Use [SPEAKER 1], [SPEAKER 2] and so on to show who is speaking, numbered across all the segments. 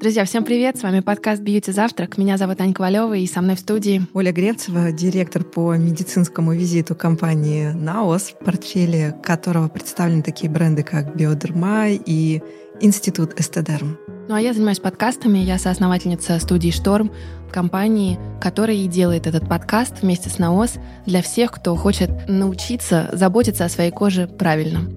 [SPEAKER 1] Друзья, всем привет! С вами подкаст «Бьюти Завтрак». Меня зовут Аня Ковалева, и со мной в студии
[SPEAKER 2] Оля Гребцева, директор по медицинскому визиту компании «Наос», в портфеле которого представлены такие бренды, как «Биодерма» и Институт Эстедерм.
[SPEAKER 1] Ну а я занимаюсь подкастами, я соосновательница студии «Шторм», компании, которая и делает этот подкаст вместе с «Наос» для всех, кто хочет научиться заботиться о своей коже правильно.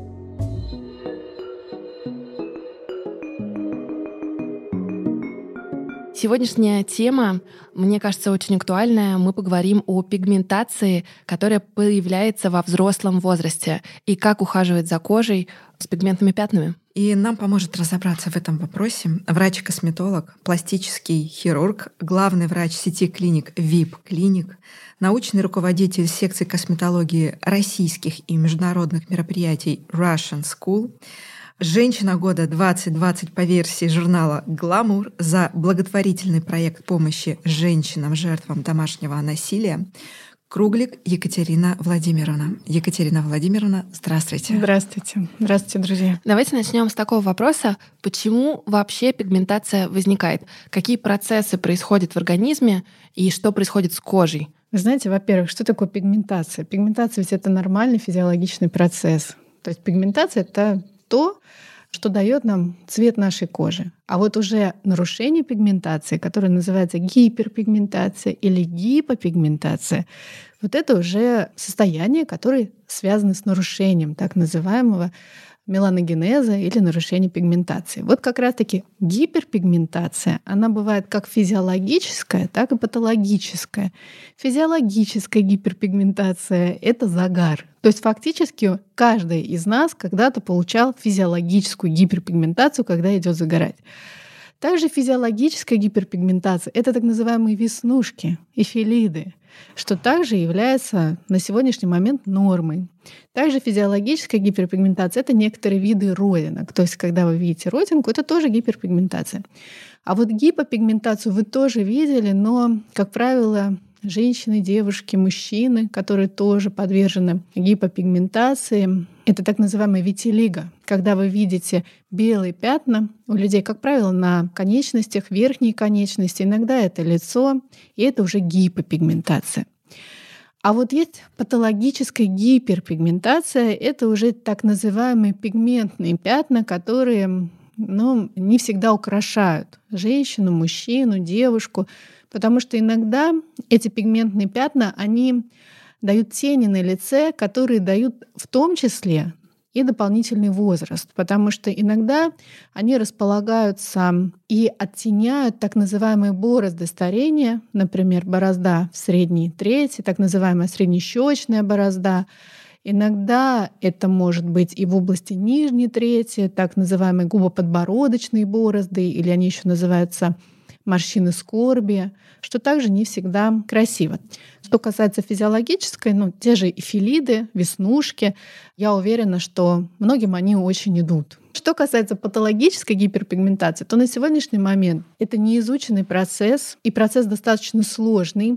[SPEAKER 1] Сегодняшняя тема, мне кажется, очень актуальная. Мы поговорим о пигментации, которая появляется во взрослом возрасте, и как ухаживать за кожей с пигментными пятнами.
[SPEAKER 2] И нам поможет разобраться в этом вопросе врач-косметолог, пластический хирург, главный врач сети клиник VIP Клиник, научный руководитель секции косметологии российских и международных мероприятий Russian School, женщина года 2020 по версии журнала «Гламур» за благотворительный проект помощи женщинам-жертвам домашнего насилия, Круглик Екатерина Владимировна. Екатерина Владимировна, здравствуйте.
[SPEAKER 3] Здравствуйте. Здравствуйте, друзья.
[SPEAKER 1] Давайте начнем с такого вопроса. Почему вообще пигментация возникает? Какие процессы происходят в организме и что происходит с кожей?
[SPEAKER 3] Вы знаете, во-первых, что такое пигментация? Пигментация ведь это нормальный физиологичный процесс. То есть пигментация — это то, что дает нам цвет нашей кожи. А вот уже нарушение пигментации, которое называется гиперпигментация или гипопигментация, вот это уже состояние, которое связано с нарушением так называемого меланогенеза или нарушения пигментации. Вот как раз-таки гиперпигментация, она бывает как физиологическая, так и патологическая. Физиологическая гиперпигментация — это загар. То есть фактически каждый из нас когда-то получал физиологическую гиперпигментацию, когда идет загорать. Также физиологическая гиперпигментация — это так называемые веснушки, эфелиды, что также является на сегодняшний момент нормой. Также физиологическая гиперпигментация — это некоторые виды родинок. То есть когда вы видите родинку, это тоже гиперпигментация. А вот гипопигментацию вы тоже видели, но, как правило, женщины, девушки, мужчины, которые тоже подвержены гипопигментации. Это так называемая витилиго, когда вы видите белые пятна у людей, как правило, на конечностях, верхней конечности, иногда это лицо, и это уже гипопигментация. А вот есть патологическая гиперпигментация, это уже так называемые пигментные пятна, которые не всегда украшают женщину, мужчину, девушку, потому что иногда эти пигментные пятна, они дают тени на лице, которые дают в том числе и дополнительный возраст, потому что иногда они располагаются и оттеняют так называемые борозды старения, например, борозда в средней трети, так называемая среднещечная борозда. Иногда это может быть и в области нижней трети, так называемые губоподбородочные борозды, или они еще называются морщины скорби, что также не всегда красиво. Что касается физиологической, те же эфелиды, веснушки, я уверена, что многим они очень идут. Что касается патологической гиперпигментации, то на сегодняшний момент это неизученный процесс, и процесс достаточно сложный.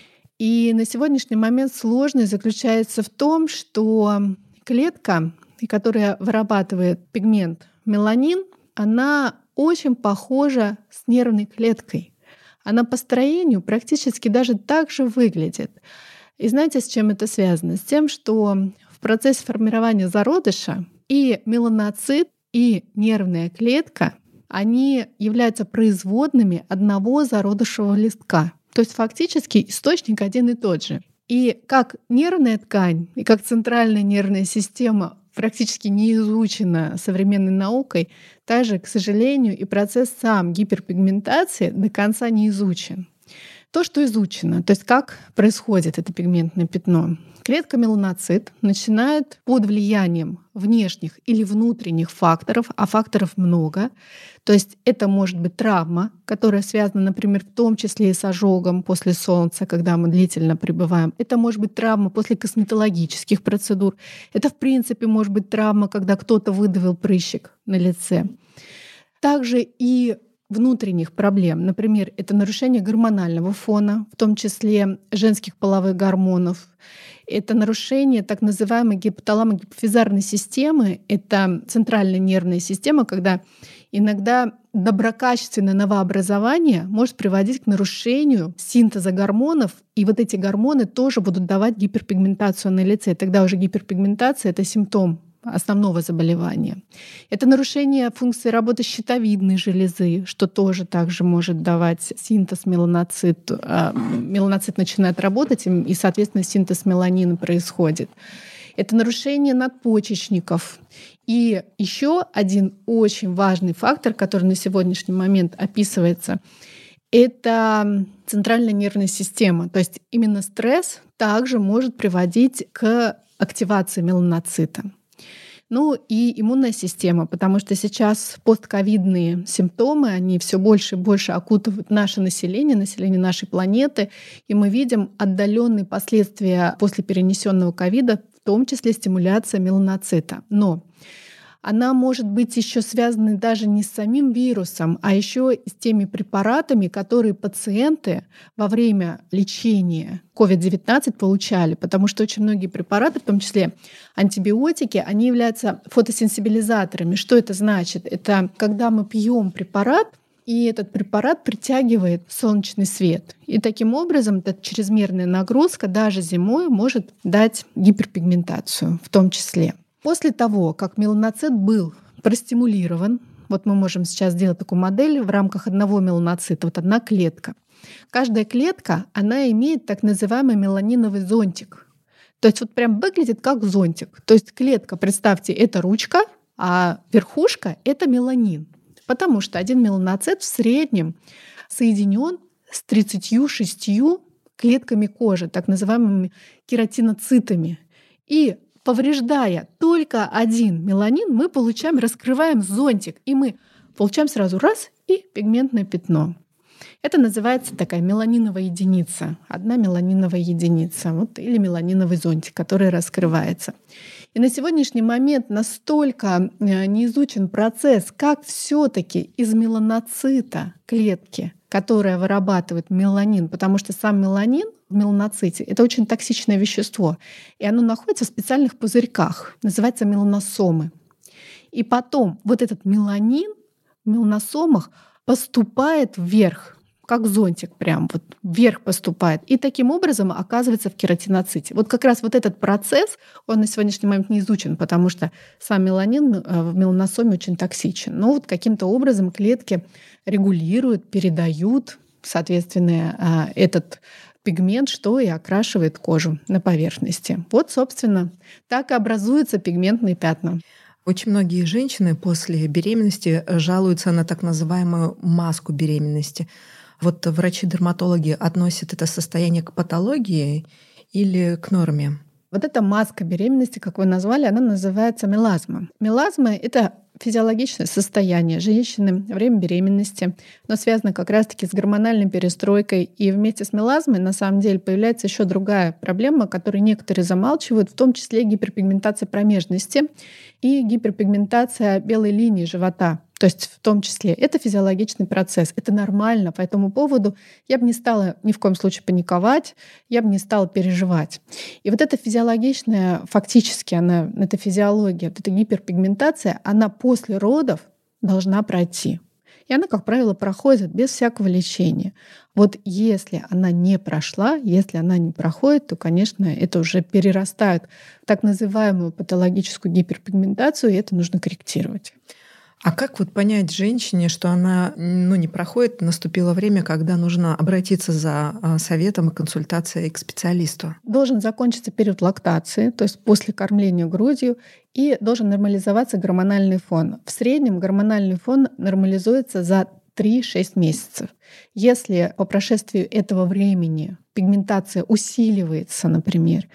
[SPEAKER 3] И на сегодняшний момент сложность заключается в том, что клетка, которая вырабатывает пигмент меланин, она очень похожа с нервной клеткой. Она по строению практически даже так же выглядит. И знаете, с чем это связано? С тем, что в процессе формирования зародыша и меланоцит, и нервная клетка, они являются производными одного зародышевого листка. То есть фактически источник один и тот же. И как нервная ткань, и как центральная нервная система практически не изучена современной наукой, также, к сожалению, и процесс сам гиперпигментации до конца не изучен. То, что изучено, то есть как происходит это пигментное пятно. Клетка меланоцит начинает под влиянием внешних или внутренних факторов, а факторов много. То есть это может быть травма, которая связана, например, в том числе и с ожогом после солнца, когда мы длительно пребываем. Это может быть травма после косметологических процедур. Это, в принципе, может быть травма, когда кто-то выдавил прыщик на лице. Также и внутренних проблем. Например, это нарушение гормонального фона, в том числе женских половых гормонов. Это нарушение так называемой гипоталамо-гипофизарной системы. Это центральная нервная система, когда иногда доброкачественное новообразование может приводить к нарушению синтеза гормонов, и вот эти гормоны тоже будут давать гиперпигментацию на лице. И тогда уже гиперпигментация — это симптом основного заболевания. Это нарушение функции работы щитовидной железы, что тоже также может давать синтез меланоциту. Меланоцит начинает работать, и, соответственно, синтез меланина происходит. Это нарушение надпочечников. И еще один очень важный фактор, который на сегодняшний момент описывается, это центральная нервная система. То есть именно стресс также может приводить к активации меланоцита. Ну и иммунная система, потому что сейчас постковидные симптомы, они все больше и больше окутывают наше население нашей планеты, и мы видим отдаленные последствия после перенесенного ковида, в том числе стимуляция меланоцита. Но она может быть еще связана даже не с самим вирусом, а еще и с теми препаратами, которые пациенты во время лечения COVID-19 получали, потому что очень многие препараты, в том числе антибиотики, они являются фотосенсибилизаторами. Что это значит? Это когда мы пьем препарат, и этот препарат притягивает солнечный свет. И таким образом эта чрезмерная нагрузка даже зимой может дать гиперпигментацию в том числе. После того, как меланоцит был простимулирован, вот мы можем сейчас сделать такую модель в рамках одного меланоцита, вот одна клетка. Каждая клетка, она имеет так называемый меланиновый зонтик. То есть вот прям выглядит как зонтик. То есть клетка, представьте, это ручка, а верхушка — это меланин. Потому что один меланоцит в среднем соединен с 36 клетками кожи, так называемыми кератиноцитами. И повреждая только один меланин, мы раскрываем зонтик, и мы получаем сразу раз и пигментное пятно. Это называется такая меланиновая единица, одна меланиновая единица, вот, или меланиновый зонтик, который раскрывается. И на сегодняшний момент настолько не изучен процесс, как все-таки из меланоцита клетки, которая вырабатывает меланин, потому что сам меланин в меланоците — это очень токсичное вещество, и оно находится в специальных пузырьках, называется меланосомы. И потом вот этот меланин в меланосомах поступает вверх, как зонтик прям вот вверх поступает, и таким образом оказывается в кератиноците. Вот как раз вот этот процесс, он на сегодняшний момент не изучен, потому что сам меланин в меланосоме очень токсичен. Но вот каким-то образом клетки регулируют, передают, соответственно, этот пигмент, что и окрашивает кожу на поверхности. Вот, собственно, так и образуются пигментные пятна.
[SPEAKER 2] Очень многие женщины после беременности жалуются на так называемую маску беременности. Вот врачи-дерматологи относят это состояние к патологии или к норме?
[SPEAKER 3] Вот эта маска беременности, как вы назвали, она называется мелазма. Мелазма — это физиологичное состояние женщины во время беременности, но связано как раз-таки с гормональной перестройкой. И вместе с мелазмой на самом деле появляется еще другая проблема, которую некоторые замалчивают, в том числе гиперпигментация промежности и гиперпигментация белой линии живота. То есть в том числе это физиологичный процесс, это нормально. По этому поводу я бы не стала ни в коем случае паниковать, я бы не стала переживать. И вот эта физиологичная, фактически эта физиология, вот эта гиперпигментация, она после родов должна пройти. И она, как правило, проходит без всякого лечения. Вот если она не прошла, если она не проходит, то, конечно, это уже перерастает в так называемую патологическую гиперпигментацию, и это нужно корректировать.
[SPEAKER 2] А как вот понять женщине, что она не проходит, наступило время, когда нужно обратиться за советом и консультацией к специалисту?
[SPEAKER 3] Должен закончиться период лактации, то есть после кормления грудью, и должен нормализоваться гормональный фон. В среднем гормональный фон нормализуется за 3-6 месяцев. Если по прошествии этого времени пигментация усиливается, например,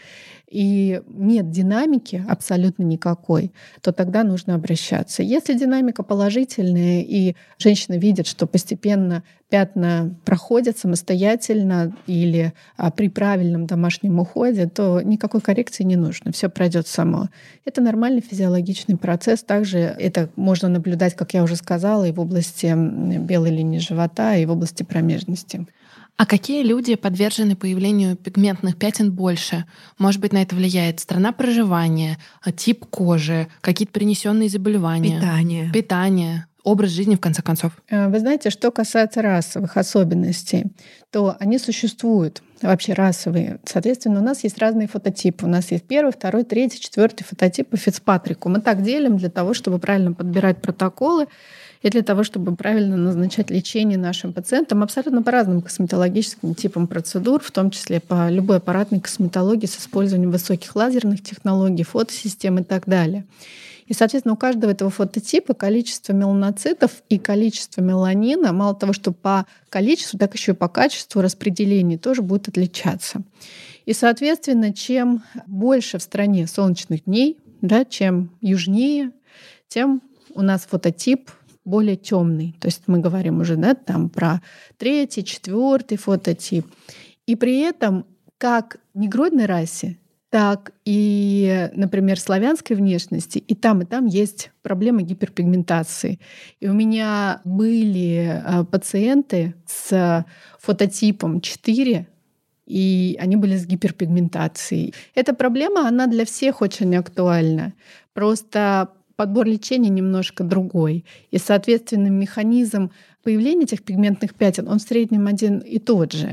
[SPEAKER 3] и нет динамики абсолютно никакой, то тогда нужно обращаться. Если динамика положительная, и женщина видит, что постепенно пятна проходят самостоятельно или при правильном домашнем уходе, то никакой коррекции не нужно, все пройдет само. Это нормальный физиологичный процесс. Также это можно наблюдать, как я уже сказала, и в области белой линии живота, и в области промежности.
[SPEAKER 1] А какие люди подвержены появлению пигментных пятен больше? Может быть, на это влияет страна проживания, тип кожи, какие-то перенесенные заболевания?
[SPEAKER 2] Питание.
[SPEAKER 1] образ жизни, в конце концов.
[SPEAKER 3] Вы знаете, что касается расовых особенностей, то они существуют, вообще расовые. Соответственно, у нас есть разные фототипы. У нас есть 1, 2, 3, 4 фототип по Фицпатрику. Мы так делим для того, чтобы правильно подбирать протоколы и для того, чтобы правильно назначать лечение нашим пациентам абсолютно по разным косметологическим типам процедур, в том числе по любой аппаратной косметологии с использованием высоких лазерных технологий, фотосистем и так далее. И, соответственно, у каждого этого фототипа количество меланоцитов и количество меланина, мало того, что по количеству, так еще и по качеству распределения тоже будет отличаться. И, соответственно, чем больше в стране солнечных дней, да, чем южнее, тем у нас фототип более темный. То есть мы говорим уже, да, там про 3, 4 фототип. И при этом как негроидной расе, так и, например, славянской внешности, и там есть проблема гиперпигментации. И у меня были пациенты с фототипом 4, и они были с гиперпигментацией. Эта проблема, она для всех очень актуальна. Просто подбор лечения немножко другой. И, соответственно, механизм появления этих пигментных пятен, он в среднем один и тот же.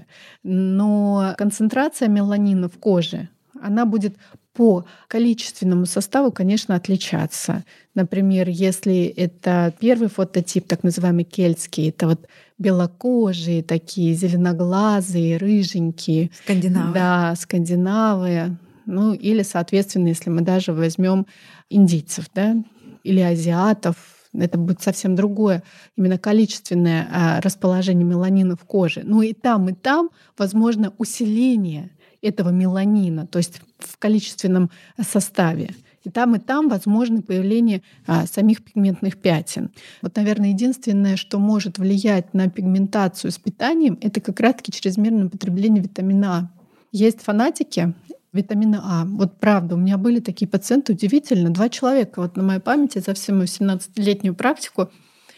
[SPEAKER 3] Но концентрация меланина в коже, она будет по количественному составу, конечно, отличаться. Например, если это первый фототип, так называемый кельтский, это вот белокожие, такие зеленоглазые, рыженькие.
[SPEAKER 2] Скандинавы.
[SPEAKER 3] Да, скандинавы. Ну, или, соответственно, если мы даже возьмем индийцев, да, или азиатов, это будет совсем другое, именно количественное расположение меланина в коже. Ну и там, возможно, усиление этого меланина, то есть в количественном составе. И там, возможно появление самих пигментных пятен. Вот, наверное, единственное, что может влиять на пигментацию с питанием, это как раз-таки чрезмерное потребление витамина А. Есть фанатики витамина А. Вот правда, у меня были такие пациенты, удивительно, 2 человека вот на моей памяти за всю мою 17-летнюю практику,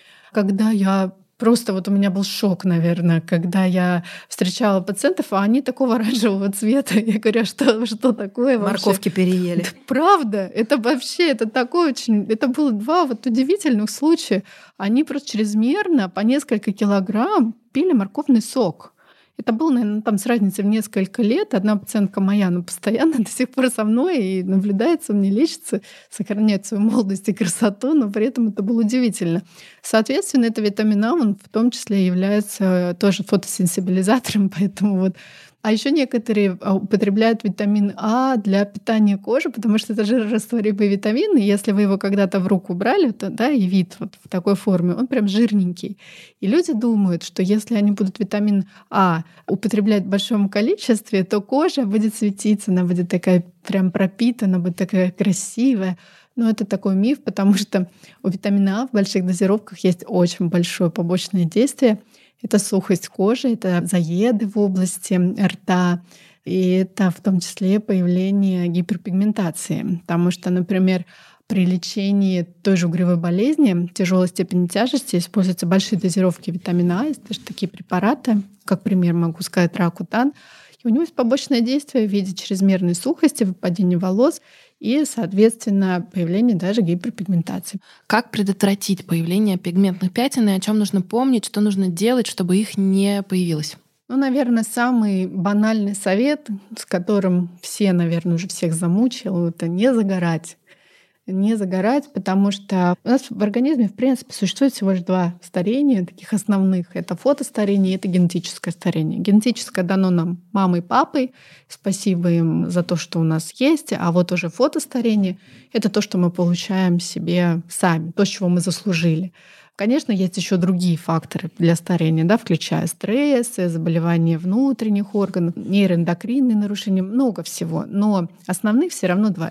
[SPEAKER 3] когда я просто вот у меня был шок, наверное, когда я встречала пациентов, а они такого оранжевого цвета. Я говорю, что такое вообще?
[SPEAKER 2] Морковки переели.
[SPEAKER 3] Да, правда, это вообще, это такое очень... Это было 2 вот удивительных случая. Они просто чрезмерно по несколько килограмм пили морковный сок. Это было, наверное, там с разницей в несколько лет. Одна пациентка моя, она постоянно до сих пор со мной и наблюдается, мне лечится, сохраняет свою молодость и красоту, но при этом это было удивительно. Соответственно, это витамин А, он в том числе является тоже фотосенсибилизатором, поэтому вот. А еще некоторые употребляют витамин А для питания кожи, потому что это жирорастворимый витамин, и если вы его когда-то в руку брали, то да, и вид вот в такой форме, он прям жирненький. И люди думают, что если они будут витамин А употреблять в большом количестве, то кожа будет светиться, она будет такая прям пропитана, будет такая красивая. Но это такой миф, потому что у витамина А в больших дозировках есть очень большое побочное действие. Это сухость кожи, это заеды в области рта, и это в том числе появление гиперпигментации. Потому что, например, при лечении той же угревой болезни тяжелой степени тяжести используются большие дозировки витамина А. Есть даже такие препараты, как пример могу сказать, Ракутан. И у него есть побочное действие в виде чрезмерной сухости, выпадения волос и, соответственно, появление даже гиперпигментации.
[SPEAKER 1] Как предотвратить появление пигментных пятен и о чем нужно помнить, что нужно делать, чтобы их не появилось?
[SPEAKER 3] Ну, наверное, самый банальный совет, с которым все, наверное, уже всех замучил, это не загорать. Не загорать, потому что у нас в организме, в принципе, существует всего лишь 2 старения, таких основных. Это фотостарение и это генетическое старение. Генетическое дано нам мамой, папой. Спасибо им за то, что у нас есть. А вот уже фотостарение — это то, что мы получаем себе сами, то, чего мы заслужили. Конечно, есть еще другие факторы для старения, да, включая стрессы, заболевания внутренних органов, нейроэндокринные нарушения, много всего. Но основных все равно 2.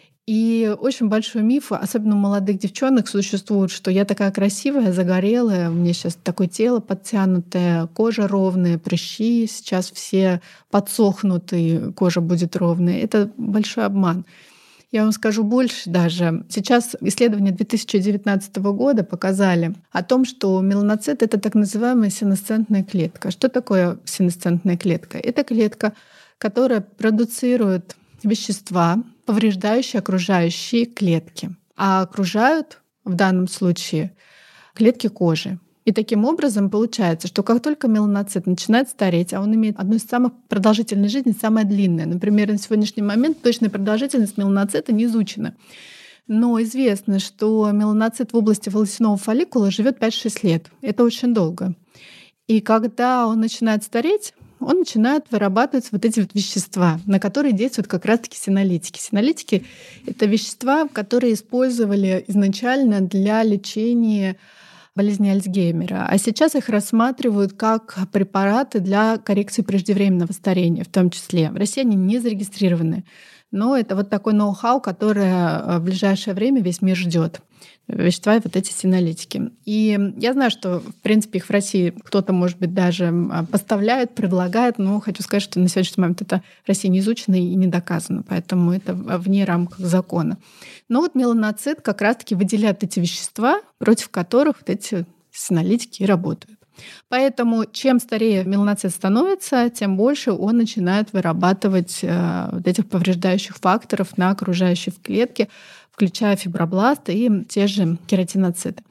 [SPEAKER 3] И очень большой миф, особенно у молодых девчонок, существует, что я такая красивая, загорелая, у меня сейчас такое тело подтянутое, кожа ровная, прыщи сейчас все подсохнут, и кожа будет ровная. Это большой обман. Я вам скажу больше даже. Сейчас исследования 2019 года показали о том, что меланоцит — это так называемая сенесцентная клетка. Что такое сенесцентная клетка? Это клетка, которая продуцирует вещества, повреждающие окружающие клетки. А окружают в данном случае клетки кожи. И таким образом получается, что как только меланоцит начинает стареть, а он имеет одну из самых продолжительных жизней, самая длинная. Например, на сегодняшний момент точная продолжительность меланоцита не изучена. Но известно, что меланоцит в области волосяного фолликула живет 5-6 лет. Это очень долго. И когда он начинает стареть, он начинает вырабатывать вот эти вот вещества, на которые действуют как раз-таки синолитики. Синолитики — это вещества, которые использовали изначально для лечения болезни Альцгеймера, а сейчас их рассматривают как препараты для коррекции преждевременного старения, в том числе. В России они не зарегистрированы, но это вот такой ноу-хау, которое в ближайшее время весь мир ждет. Вещества вот эти синолитики. И я знаю, что, в принципе, их в России кто-то, может быть, даже поставляет, предлагает, но хочу сказать, что на сегодняшний момент это в России не изучено и не доказано, поэтому это вне рамок закона. Но вот меланоцит как раз-таки выделяет эти вещества, против которых вот эти синолитики и работают. Поэтому чем старее меланоцит становится, тем больше он начинает вырабатывать вот этих повреждающих факторов на окружающей клетке, включая фибробласты и те же кератиноциты.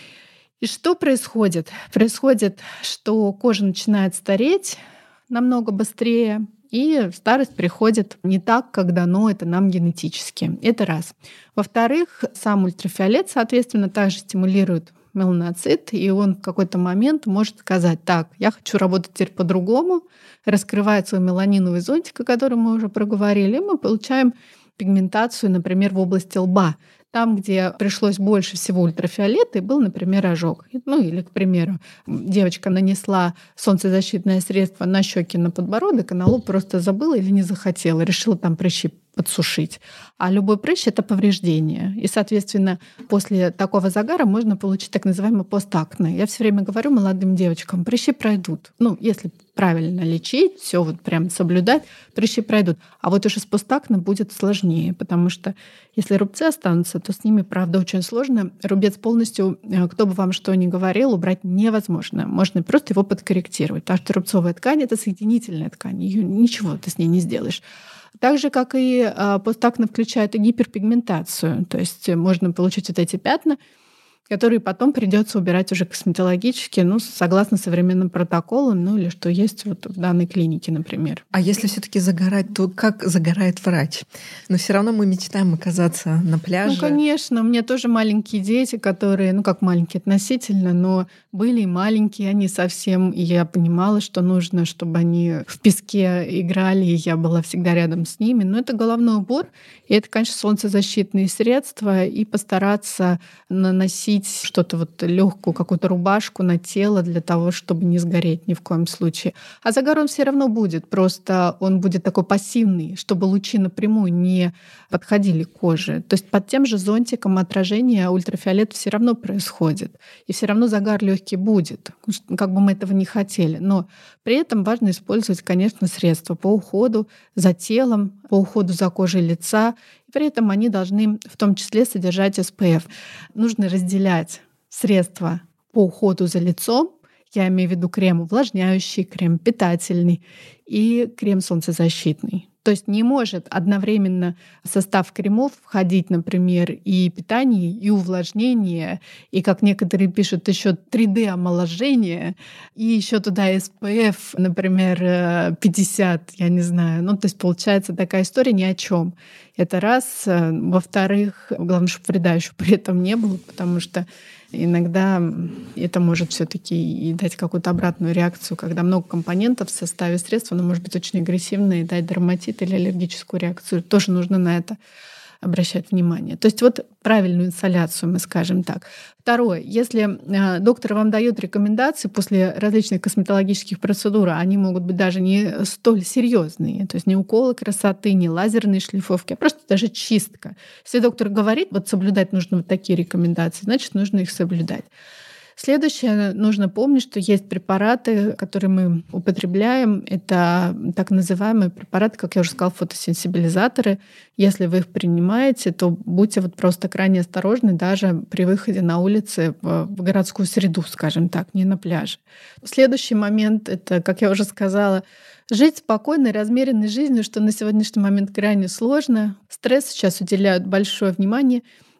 [SPEAKER 3] И что происходит? Происходит, что кожа начинает стареть намного быстрее, и старость приходит не так, как дано это нам генетически. Это раз. Во-вторых, сам ультрафиолет, соответственно, также стимулирует меланоцит, и он в какой-то момент может сказать: так, я хочу работать теперь по-другому, раскрывает свой меланиновый зонтик, о котором мы уже проговорили, и мы получаем пигментацию, например, в области лба. Там, где пришлось больше всего ультрафиолета, и был, например, ожог. Ну или, к примеру, девочка нанесла солнцезащитное средство на щеки, на подбородок, и на лоб просто забыла или не захотела, решила там прыщи подсушить. А любой прыщ — это повреждение. И, соответственно, после такого загара можно получить так называемый постакне. Я все время говорю молодым девочкам: прыщи пройдут. Ну, если правильно лечить, все вот прям соблюдать, прыщи пройдут. А вот уже с постакне будет сложнее, потому что если рубцы останутся, то с ними, правда, очень сложно. Рубец полностью, кто бы вам что ни говорил, убрать невозможно. Можно просто его подкорректировать, потому что рубцовая ткань — это соединительная ткань, ее ничего ты с ней не сделаешь. Так же, как и постакне включает и гиперпигментацию. То есть можно получить вот эти пятна, которые потом придется убирать уже косметологически, ну, согласно современным протоколам, ну, или что есть вот в данной клинике, например.
[SPEAKER 2] А если все-таки загорать, то как загорает врач? Но все равно мы мечтаем оказаться на пляже.
[SPEAKER 3] Ну, конечно, у меня тоже маленькие дети, которые, ну, как маленькие относительно, но были и маленькие, они совсем, и я понимала, что нужно, чтобы они в песке играли, и я была всегда рядом с ними. Но это головной убор, и это, конечно, солнцезащитные средства, и постараться наносить что-то вот легкую какую-то рубашку на тело для того, чтобы не сгореть ни в коем случае. А загар он все равно будет, просто он будет такой пассивный, чтобы лучи напрямую не подходили к коже. То есть под тем же зонтиком отражения ультрафиолет все равно происходит, и все равно загар легкий будет, как бы мы этого не хотели. Но при этом важно использовать, конечно, средства по уходу за телом, по уходу за кожей лица. При этом они должны в том числе содержать SPF. Нужно разделять средства по уходу за лицом, я имею в виду крем увлажняющий, крем питательный и крем солнцезащитный. То есть не может одновременно в состав кремов входить, например, и питание, и увлажнение, и, как некоторые пишут, еще 3D-омоложение, и еще туда SPF, например, 50, я не знаю. Ну, то есть получается такая история ни о чем. Это раз. Во-вторых, главное, чтобы вреда еще при этом не было, потому что иногда это может все-таки и дать какую-то обратную реакцию, когда много компонентов в составе средства, оно может быть очень агрессивное и дать дерматит или аллергическую реакцию. Тоже нужно на это обращать внимание. То есть вот правильную инсоляцию, мы скажем так. Второе. Если доктор вам дает рекомендации после различных косметологических процедур, они могут быть даже не столь серьезные, то есть не уколы красоты, не лазерные шлифовки, а просто даже чистка. Если доктор говорит, вот соблюдать нужно вот такие рекомендации, значит, нужно их соблюдать. Следующее, нужно помнить, что есть препараты, которые мы употребляем. Это так называемые препараты, как я уже сказала, фотосенсибилизаторы. Если вы их принимаете, то будьте вот просто крайне осторожны даже при выходе на улицы в городскую среду, скажем так, не на пляже. Следующий момент — это, как я уже сказала, жить спокойной, размеренной жизнью, что на сегодняшний момент крайне сложно. Стресс сейчас уделяют большое внимание.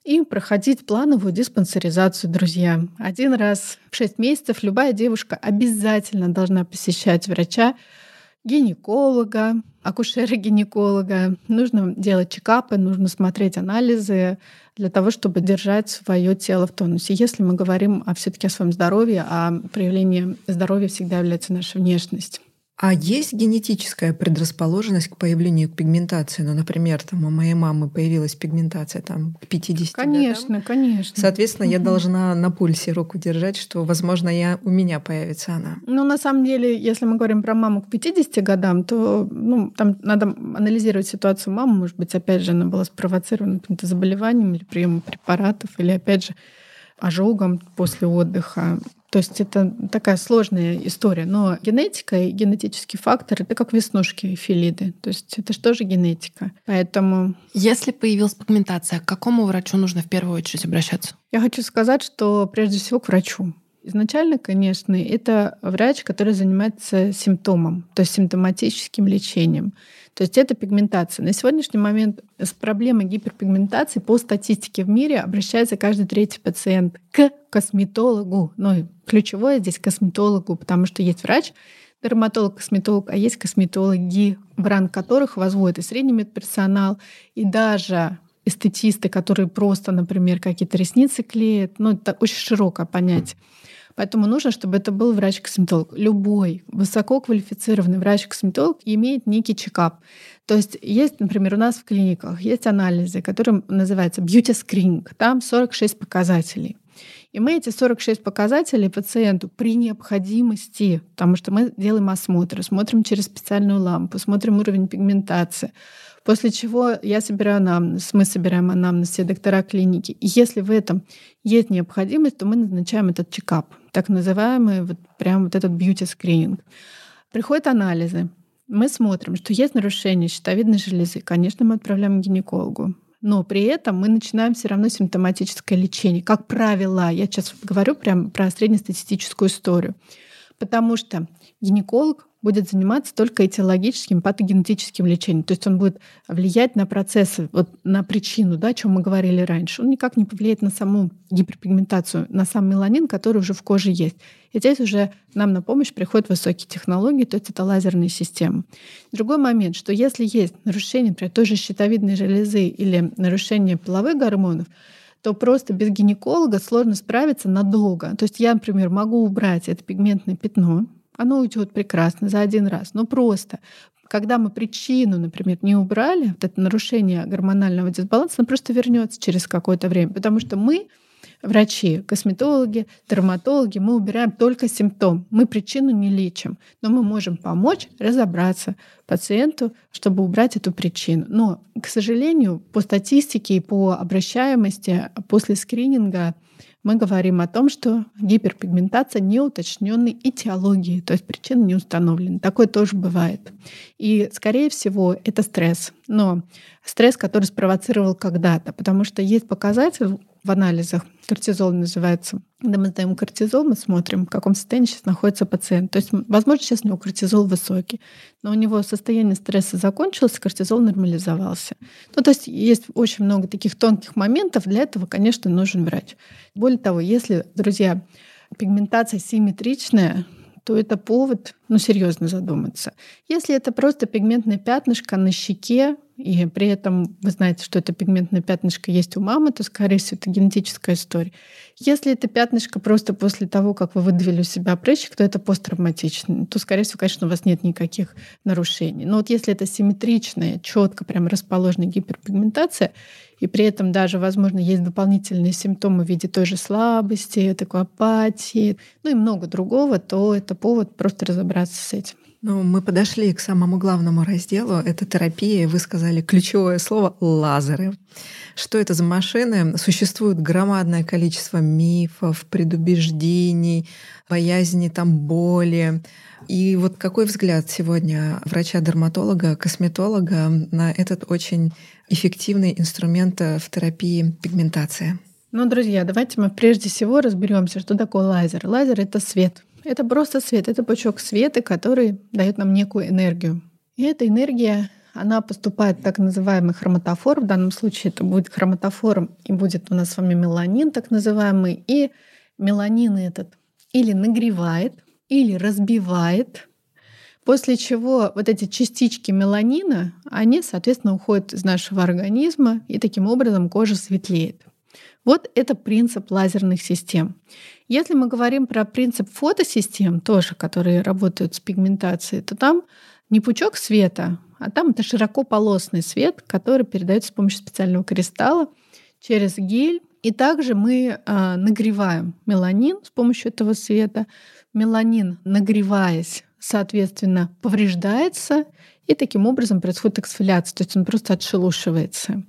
[SPEAKER 3] и проходить плановую диспансеризацию, друзья. 1 раз в 6 месяцев любая девушка обязательно должна посещать врача, гинеколога, акушера-гинеколога. Нужно делать чекапы, нужно смотреть анализы для того, чтобы держать свое тело в тонусе. Если мы говорим все-таки о своем здоровье, а проявлением здоровья всегда является наша внешность.
[SPEAKER 2] А есть генетическая предрасположенность к появлению пигментации? Ну, например, там у моей мамы появилась пигментация там, к 50
[SPEAKER 3] Конечно,
[SPEAKER 2] годам.
[SPEAKER 3] конечно.
[SPEAKER 2] Соответственно, я должна на пульсе руку держать, что, возможно, у меня появится она.
[SPEAKER 3] Ну, на самом деле, если мы говорим про маму к 50 годам, то там надо анализировать ситуацию мамы. Может быть, опять же, она была спровоцирована каким-то заболеванием или приемом препаратов, или, опять же, ожогом после отдыха. То есть это такая сложная история. Но генетика и генетический фактор — это как веснушки и филиды. То есть это же тоже генетика. Поэтому...
[SPEAKER 1] Если появилась пигментация, к какому врачу нужно в первую очередь обращаться?
[SPEAKER 3] Я хочу сказать, что прежде всего к врачу. Изначально, конечно, это врач, который занимается симптомом, то есть симптоматическим лечением. То есть это пигментация. На сегодняшний момент с проблемой гиперпигментации по статистике в мире обращается каждый 3-й пациент к косметологу. Ну и ключевое здесь косметологу, потому что есть врач, дерматолог, косметолог, а есть косметологи, в ранг которых возводят и средний медперсонал, и даже эстетисты, которые просто, например, какие-то ресницы клеят. Ну, это очень широкое понятие. Поэтому нужно, чтобы это был врач-косметолог. Любой высококвалифицированный врач-косметолог имеет некий чекап. То есть есть, например, у нас в клиниках есть анализы, которые называются beauty screening. Там 46 показателей. И мы эти 46 показателей пациенту при необходимости, потому что мы делаем осмотры, смотрим через специальную лампу, смотрим уровень пигментации, после чего я собираю анамнез, мы собираем анамнез, все доктора клиники. И если в этом есть необходимость, то мы назначаем этот чекап, так называемый прям этот бьюти-скрининг. Приходят анализы, мы смотрим, что есть нарушение щитовидной железы. Конечно, мы отправляем к гинекологу. Но при этом мы начинаем все равно симптоматическое лечение. Как правило, я сейчас говорю прям про среднестатистическую историю, потому что гинеколог будет заниматься только этиологическим, патогенетическим лечением. То есть он будет влиять на процессы, на причину, о чем мы говорили раньше. Он никак не повлияет на саму гиперпигментацию, на сам меланин, который уже в коже есть. И здесь уже нам на помощь приходят высокие технологии, то есть это лазерные системы. Другой момент, что если есть нарушение, например, той же щитовидной железы или нарушение половых гормонов, то просто без гинеколога сложно справиться надолго. То есть я, например, могу убрать это пигментное пятно, оно уйдет прекрасно за 1 раз. Но просто, когда мы причину, например, не убрали, это нарушение гормонального дисбаланса, оно просто вернется через какое-то время. Потому что мы, врачи, косметологи, дерматологи, мы убираем только симптом. Мы причину не лечим. Но мы можем помочь разобраться пациенту, чтобы убрать эту причину. Но, к сожалению, по статистике и по обращаемости после скрининга мы говорим о том, что гиперпигментация неуточненной этиологии, то есть причина не установлена. Такое тоже бывает. И, скорее всего, это стресс. Но стресс, который спровоцировал когда-то, потому что есть показатель в анализах, кортизол называется. Когда мы сдаем кортизол, мы смотрим, в каком состоянии сейчас находится пациент. То есть, возможно, сейчас у него кортизол высокий, но у него состояние стресса закончилось, кортизол нормализовался. Ну, то есть есть очень много таких тонких моментов. Для этого, конечно, нужен врач. Более того, если, друзья, пигментация симметричная, то это повод, серьезно задуматься. Если это просто пигментное пятнышко на щеке, и при этом вы знаете, что это пигментное пятнышко есть у мамы, то, скорее всего, это генетическая история. Если это пятнышко просто после того, как вы выдавили у себя прыщик, то это посттравматично. То, скорее всего, конечно, у вас нет никаких нарушений. Но вот если это симметричная, четко прям расположенная гиперпигментация, и при этом даже, возможно, есть дополнительные симптомы в виде той же слабости, такой апатии, и много другого, то это повод просто разобраться с этим.
[SPEAKER 2] Мы подошли к самому главному разделу. Это терапия. Вы сказали ключевое слово — лазеры. Что это за машины? Существует громадное количество мифов, предубеждений, боязни, боли. И какой взгляд сегодня врача-дерматолога, косметолога на этот очень эффективный инструмент в терапии пигментации?
[SPEAKER 3] Друзья, давайте мы прежде всего разберемся, что такое лазер. Лазер — это свет. Это просто свет, это пучок света, который дает нам некую энергию. И эта энергия, она поступает в так называемый хроматофор. В данном случае это будет хроматофор, и будет у нас с вами меланин так называемый. И меланин этот или нагревает, или разбивает, после чего вот эти частички меланина, они, соответственно, уходят из нашего организма, и таким образом кожа светлеет. Вот это принцип лазерных систем. Если мы говорим про принцип фотосистем, тоже, которые работают с пигментацией, то там не пучок света, а там это широкополосный свет, который передается с помощью специального кристалла через гель. И также мы нагреваем меланин с помощью этого света. Меланин, нагреваясь, соответственно, повреждается, и таким образом происходит эксфолиация, то есть он просто отшелушивается.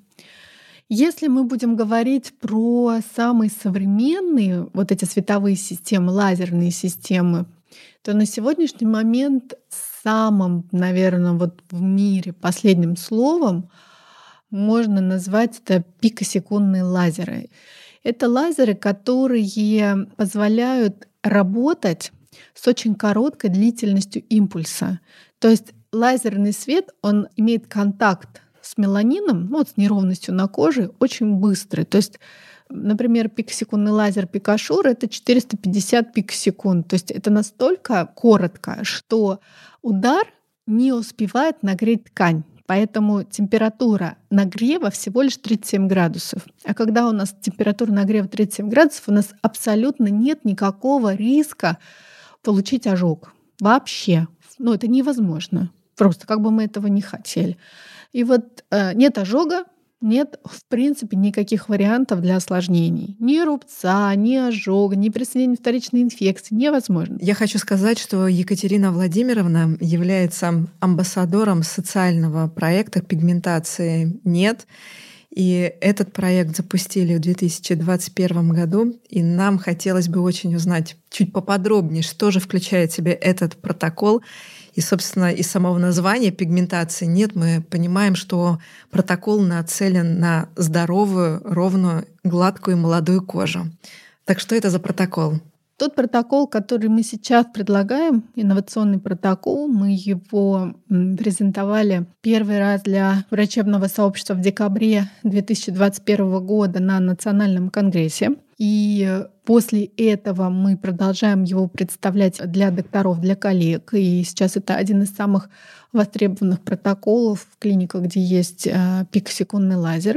[SPEAKER 3] Если мы будем говорить про самые современные вот эти световые системы, лазерные системы, то на сегодняшний момент самым, наверное, вот в мире последним словом можно назвать это пикосекундные лазеры. Это лазеры, которые позволяют работать с очень короткой длительностью импульса. То есть лазерный свет, он имеет контакт с меланином, ну, вот с неровностью на коже, очень быстрый. То есть, например, пикосекундный лазер Пикашур — это 450 пикосекунд. То есть это настолько коротко, что удар не успевает нагреть ткань. Поэтому температура нагрева всего лишь 37 градусов. А когда у нас температура нагрева 37 градусов, у нас абсолютно нет никакого риска получить ожог. Вообще. Ну, это невозможно. Просто как бы мы этого не хотели. И вот нет ожога, нет, в принципе, никаких вариантов для осложнений. Ни рубца, ни ожога, ни присоединения вторичной инфекции невозможно.
[SPEAKER 2] Я хочу сказать, что Екатерина Владимировна является амбассадором социального проекта пигментации «Нет». И этот проект запустили в 2021 году, и нам хотелось бы очень узнать чуть поподробнее, что же включает в себя этот протокол. И, собственно, из самого названия пигментации «Нет» мы понимаем, что протокол нацелен на здоровую, ровную, гладкую и молодую кожу. Так что это за протокол?
[SPEAKER 3] Тот протокол, который мы сейчас предлагаем, инновационный протокол, мы его презентовали первый раз для врачебного сообщества в декабре 2021 года на Национальном конгрессе. И после этого мы продолжаем его представлять для докторов, для коллег. И сейчас это один из самых востребованных протоколов в клиниках, где есть пикосекундный лазер.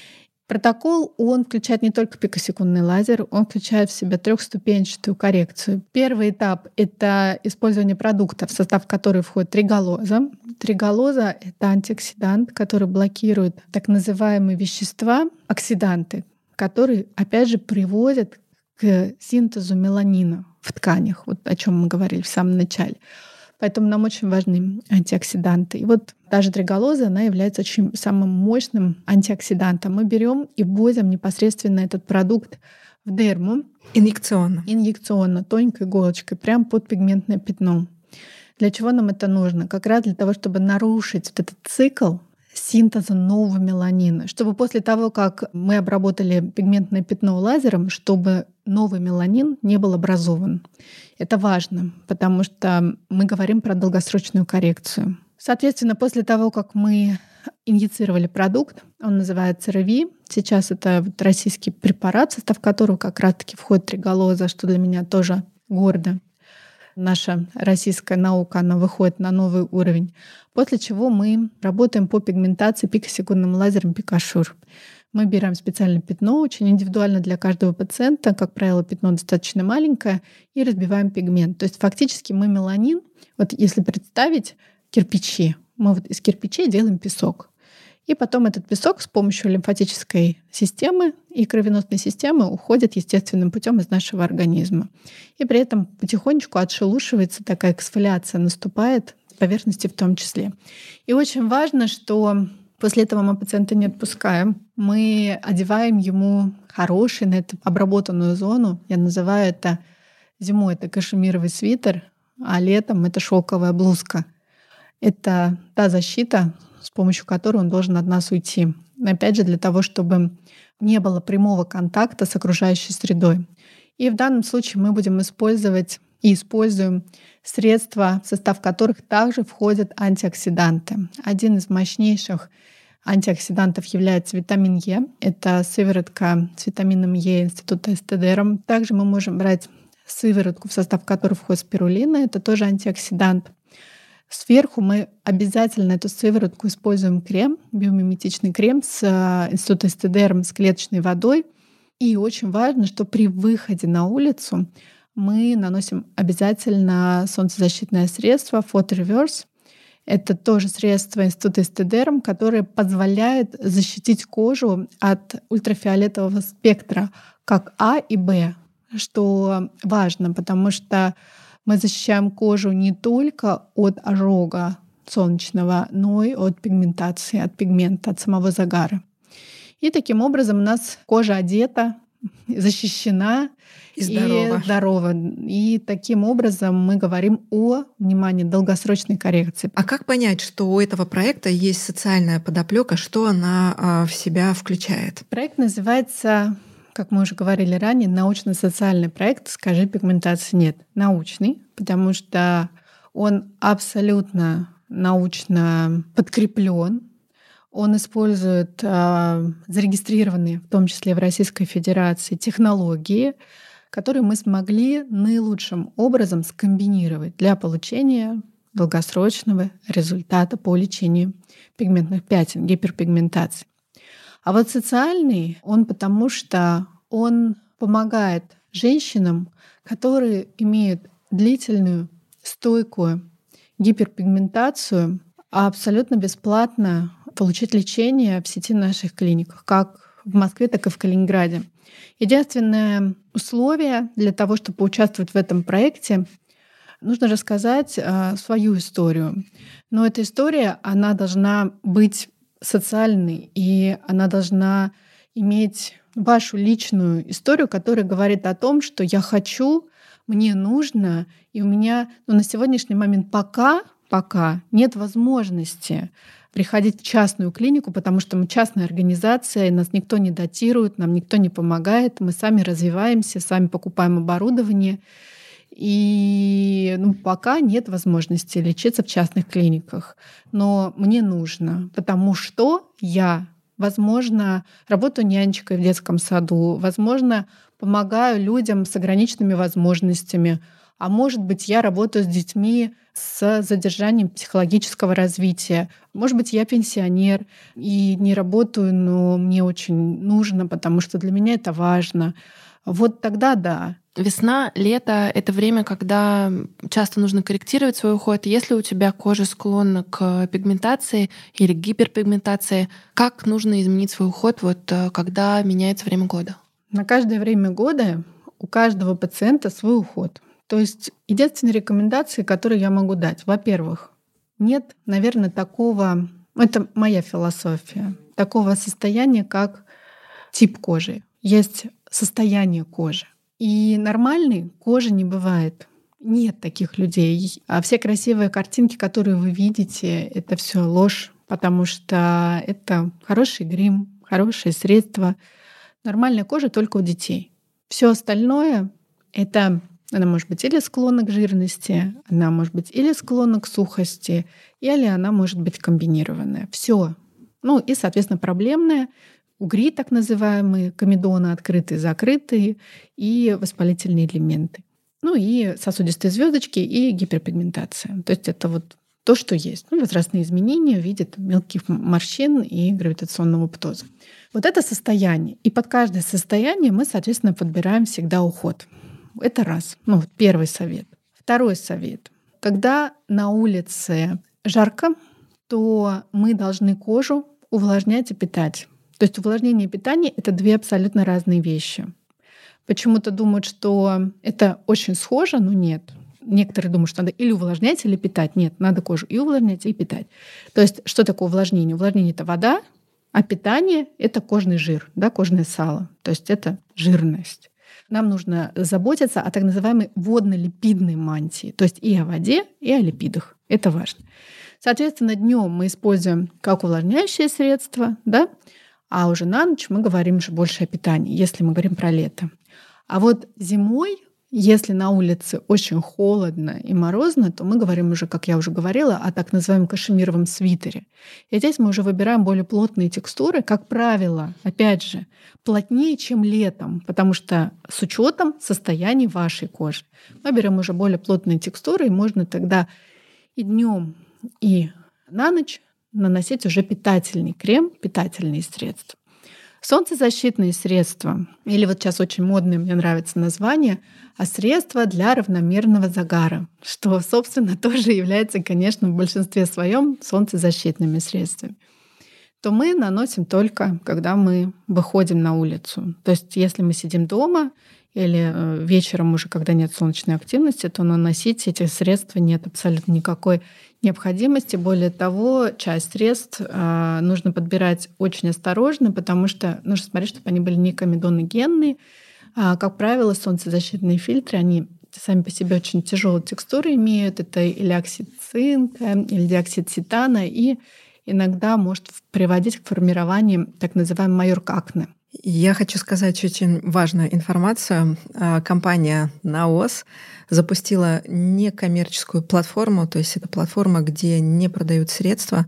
[SPEAKER 3] Протокол, он включает не только пикосекундный лазер, он включает в себя трехступенчатую коррекцию. Первый этап — это использование продукта, в состав которого входит триголоза. Триголоза — это антиоксидант, который блокирует так называемые вещества, оксиданты, которые, опять же, приводят к синтезу меланина в тканях, вот о чем мы говорили в самом начале. Поэтому нам очень важны антиоксиданты. И вот даже триголоза, она является очень самым мощным антиоксидантом. Мы берем и вводим непосредственно этот продукт в дерму.
[SPEAKER 2] Инъекционно.
[SPEAKER 3] Инъекционно, тоненькой иголочкой, прямо под пигментное пятно. Для чего нам это нужно? Как раз для того, чтобы нарушить вот этот цикл синтеза нового меланина, чтобы после того, как мы обработали пигментное пятно лазером, чтобы новый меланин не был образован. Это важно, потому что мы говорим про долгосрочную коррекцию. Соответственно, после того, как мы инъецировали продукт, он называется РВИ. Сейчас это вот российский препарат, в состав которого как раз-таки входит триголоза, что для меня тоже гордо. Наша российская наука, она выходит на новый уровень. После чего мы работаем по пигментации пикосекундным лазером Пикашур. Мы берем специальное пятно, очень индивидуально для каждого пациента. Как правило, пятно достаточно маленькое, и разбиваем пигмент. То есть фактически мы меланин, вот если представить кирпичи, мы вот из кирпичей делаем песок. И потом этот песок с помощью лимфатической системы и кровеносной системы уходит естественным путем из нашего организма. И при этом потихонечку отшелушивается, такая эксфолиация наступает, поверхности в том числе. И очень важно, что после этого мы пациента не отпускаем. Мы одеваем ему хороший на эту обработанную зону. Я называю это зимой это кашемировый свитер, а летом это шелковая блузка. Это та защита, с помощью которой он должен от нас уйти. Опять же, для того, чтобы не было прямого контакта с окружающей средой. И в данном случае мы будем использовать и используем средства, в состав которых также входят антиоксиданты. Один из мощнейших антиоксидантов является витамин Е. Это сыворотка с витамином Е Института Эстедером. Также мы можем брать сыворотку, в состав которой входит спирулина. Это тоже антиоксидант. Сверху мы обязательно эту сыворотку используем крем, биомиметичный крем с Института Эстедером с клеточной водой. И очень важно, что при выходе на улицу мы наносим обязательно солнцезащитное средство Photo Reverse. Это тоже средство Института Эстедером, которое позволяет защитить кожу от ультрафиолетового спектра как А и Б, что важно, потому что мы защищаем кожу не только от ожога солнечного, но и от пигментации, от пигмента, от самого загара. И таким образом у нас кожа одета, защищена и здорова. И таким образом мы говорим о, внимание, долгосрочной коррекции.
[SPEAKER 2] А как понять, что у этого проекта есть социальная подоплека, что она в себя включает?
[SPEAKER 3] Проект называется, как мы уже говорили ранее, научно-социальный проект «Скажи, пигментации нет». Научный, потому что он абсолютно научно подкреплен. Он использует зарегистрированные, в том числе в Российской Федерации, технологии, которые мы смогли наилучшим образом скомбинировать для получения долгосрочного результата по лечению пигментных пятен, гиперпигментации. А вот социальный, он потому что он помогает женщинам, которые имеют длительную, стойкую гиперпигментацию, абсолютно бесплатно получить лечение в сети наших клиник, как в Москве, так и в Калининграде. Единственное условие для того, чтобы поучаствовать в этом проекте, нужно рассказать свою историю. Но эта история, она должна быть социальной, и она должна иметь вашу личную историю, которая говорит о том, что я хочу, мне нужно, и у меня на сегодняшний момент пока нет возможности приходить в частную клинику, потому что мы частная организация, и нас никто не датирует, нам никто не помогает, мы сами развиваемся, сами покупаем оборудование. И пока нет возможности лечиться в частных клиниках. Но мне нужно, потому что я, возможно, работаю нянечкой в детском саду, возможно, помогаю людям с ограниченными возможностями, а может быть, я работаю с детьми с задержанием психологического развития. Может быть, я пенсионер и не работаю, но мне очень нужно, потому что для меня это важно. Вот тогда да.
[SPEAKER 1] Весна, лето — это время, когда часто нужно корректировать свой уход. Если у тебя кожа склонна к пигментации или к гиперпигментации, как нужно изменить свой уход, когда меняется время года?
[SPEAKER 3] На каждое время года у каждого пациента свой уход. То есть единственные рекомендации, которые я могу дать. Во-первых, нет, наверное, такого, это моя философия, такого состояния, как тип кожи. Есть состояние кожи. И нормальной кожи не бывает. Нет таких людей. А все красивые картинки, которые вы видите, это все ложь, потому что это хороший грим, хорошее средство. Нормальная кожа только у детей. Все остальное — это она может быть или склонна к жирности, она может быть или склонна к сухости, или она может быть комбинированная. Все. И, соответственно, проблемная. Угри, так называемые, комедоны открытые, закрытые, и воспалительные элементы. И сосудистые звездочки, и гиперпигментация. То есть это то, что есть. Возрастные изменения в виде мелких морщин и гравитационного птоза. Это состояние. И под каждое состояние мы, соответственно, подбираем всегда уход. Это раз. Первый совет. Второй совет. Когда на улице жарко, то мы должны кожу увлажнять и питать. То есть увлажнение и питание — это две абсолютно разные вещи. Почему-то думают, что это очень схоже, но нет. Некоторые думают, что надо или увлажнять, или питать. Нет, надо кожу и увлажнять, и питать. То есть что такое увлажнение? Увлажнение — это вода, а питание — это кожный жир, кожное сало. То есть это жирность. Нам нужно заботиться о так называемой водно-липидной мантии, то есть и о воде, и о липидах. Это важно. Соответственно, днем мы используем как увлажняющее средство, а уже на ночь мы говорим уже больше о питании, если мы говорим про лето. А зимой Если на улице очень холодно и морозно, то мы говорим уже, как я уже говорила, о так называемом кашемировом свитере. И здесь мы уже выбираем более плотные текстуры, как правило, опять же, плотнее, чем летом, потому что с учетом состояния вашей кожи. Мы берем уже более плотные текстуры, и можно тогда и днем, и на ночь наносить уже питательный крем, питательные средства. Солнцезащитные средства, или вот сейчас очень модное, мне нравится название, средства для равномерного загара, что, собственно, тоже является, конечно, в большинстве своем солнцезащитными средствами, то мы наносим только, когда мы выходим на улицу. То есть если мы сидим дома или вечером уже, когда нет солнечной активности, то наносить эти средства нет абсолютно никакой необходимости. Более того, часть средств нужно подбирать очень осторожно, потому что нужно смотреть, чтобы они были не комедоногенные. Как правило, солнцезащитные фильтры, они сами по себе очень тяжелые текстуры имеют. Это или оксид цинка, или диоксид титана, и иногда может приводить к формированию так называемой майорка-акне.
[SPEAKER 2] Я хочу сказать очень важную информацию. Компания Naos запустила некоммерческую платформу, то есть это платформа, где не продают средства,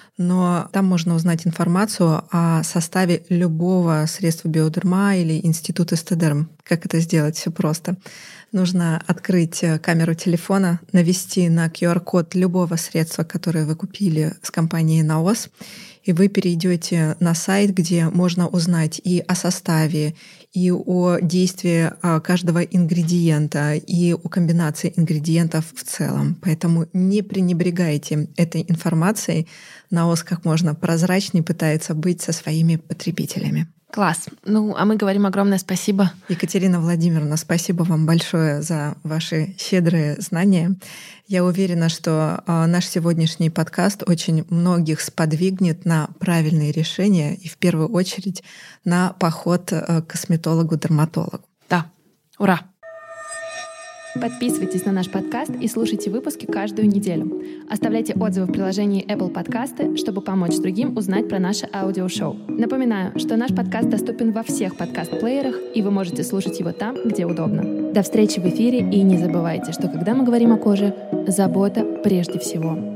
[SPEAKER 2] но там можно узнать информацию о составе любого средства Биодерма или Института Эстедерм. Как это сделать? Все просто. Нужно открыть камеру телефона, навести на QR-код любого средства, которое вы купили с компанией Naos, и вы перейдете на сайт, где можно узнать и о составе, и о действии каждого ингредиента, и о комбинации ингредиентов в целом. Поэтому не пренебрегайте этой информацией. Naos как можно прозрачнее пытается быть со своими потребителями.
[SPEAKER 1] Класс. Ну, а мы говорим огромное спасибо.
[SPEAKER 2] Екатерина Владимировна, спасибо вам большое за ваши щедрые знания. Я уверена, что наш сегодняшний подкаст очень многих сподвигнет на правильные решения и в первую очередь на поход к косметологу-дерматологу.
[SPEAKER 1] Да. Ура! Подписывайтесь на наш подкаст и слушайте выпуски каждую неделю. Оставляйте отзывы в приложении Apple Podcasts, чтобы помочь другим узнать про наше аудиошоу. Напоминаю, что наш подкаст доступен во всех подкаст-плеерах, и вы можете слушать его там, где удобно. До встречи в эфире, и не забывайте, что когда мы говорим о коже, забота прежде всего.